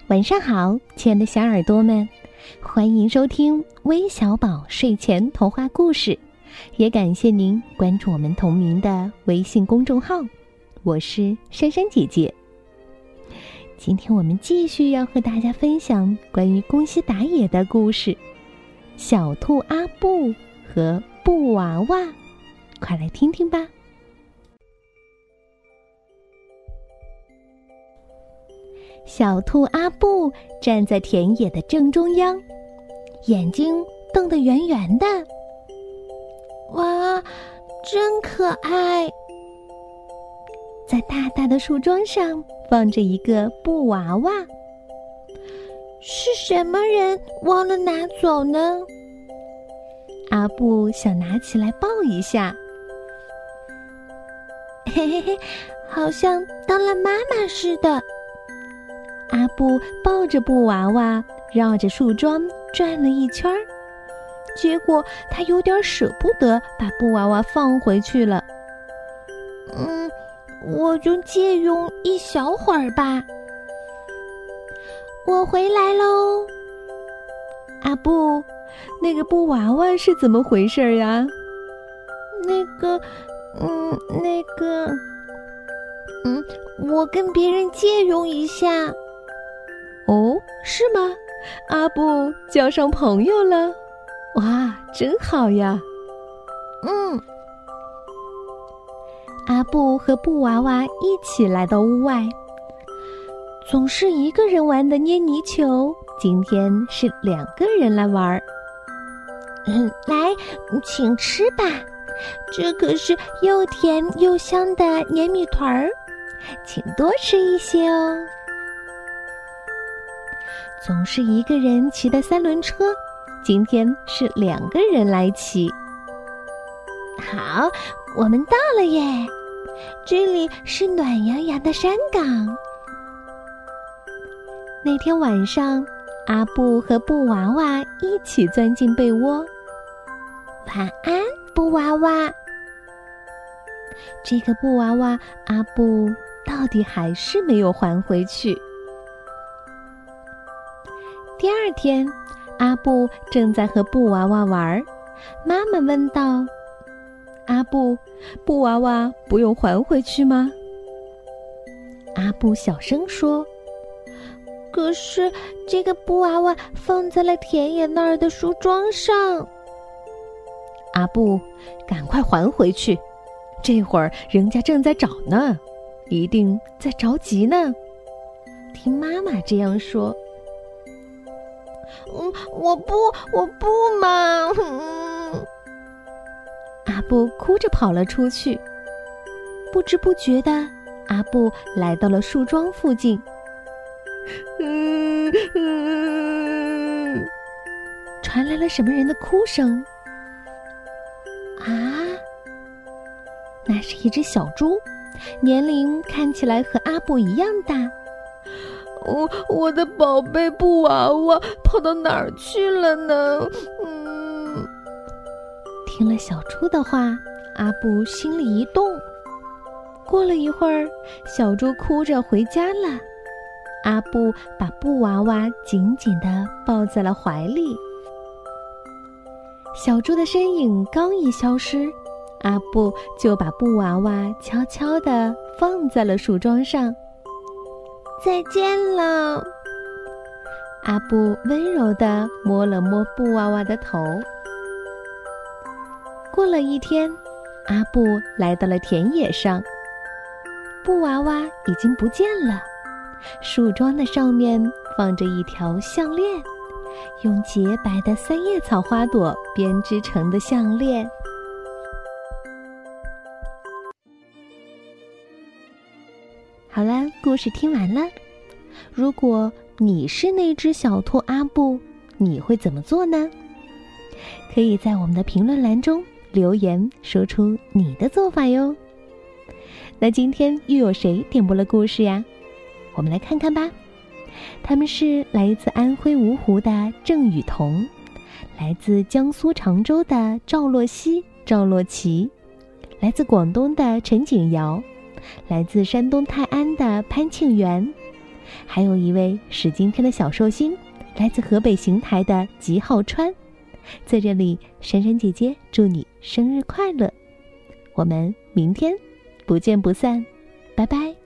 晚上好，亲爱的小耳朵们，欢迎收听微小宝睡前童话故事，也感谢您关注我们同名的微信公众号，我是珊珊姐姐。今天我们继续要和大家分享关于宫西达也的故事，小兔阿布和布娃娃，快来听听吧。小兔阿布站在田野的正中央，眼睛瞪得圆圆的。 哇，真可爱！ 在大大的树桩上放着一个布娃娃， 是什么人忘了拿走呢？ 阿布想拿起来抱一下， 嘿嘿嘿，好像当了妈妈似的。 阿布抱着布娃娃绕着树桩转了一圈，结果他有点舍不得把布娃娃放回去了。 我就借用一小会儿吧。我回来喽。 阿布，那个布娃娃是怎么回事呀？ 我跟别人借用一下。 哦，是吗？阿布交上朋友了，哇，真好呀！阿布和布娃娃一起来到屋外，总是一个人玩的捏泥球，今天是2个人来玩。 来，请吃吧，这可是又甜又香的黏米团儿，请多吃一些哦。 总是一个人骑的3轮车，今天是2个人来骑。 好，我们到了耶！这里是暖洋洋的山岗。 那天晚上，阿布和布娃娃一起钻进被窝。 晚安，布娃娃。 这个布娃娃，阿布到底还是没有还回去。第2天，阿布正在和布娃娃玩，妈妈问道：“阿布，布娃娃不用还回去吗？”阿布小声说：“ 可是这个布娃娃放在了田野那儿的树桩上。” 阿布，赶快还回去，这会儿人家正在找呢，一定在着急呢。听妈妈这样说。 我不嘛！ 阿布哭着跑了出去。不知不觉的，阿布来到了树桩附近。传来了什么人的哭声？啊，那是一只小猪，年龄看起来和阿布一样大。 我的宝贝布娃娃跑到哪儿去了呢？ 听了小猪的话，阿布心里一动。过了一会儿，小猪哭着回家了。阿布把布娃娃紧紧地抱在了怀里。小猪的身影刚一消失，阿布就把布娃娃悄悄地放在了树桩上。 再见了。 阿布温柔地摸了摸布娃娃的头。过了1天，阿布来到了田野上，布娃娃已经不见了，树桩的上面放着一条项链，用洁白的3叶草花朵编织成的项链。好了，故事听完了。如果你是那只小兔阿布，你会怎么做呢？可以在我们的评论栏中留言，说出你的做法哟。那今天又有谁点播了故事呀？我们来看看吧。他们是来自安徽芜湖的郑雨桐，来自江苏常州的赵洛西、赵洛奇，来自广东的陈景瑶，来自山东泰安的潘庆元， 还有一位是今天的小寿星，来自河北邢台的吉浩川。在这里，珊珊姐姐祝你生日快乐！我们明天不见不散，拜拜。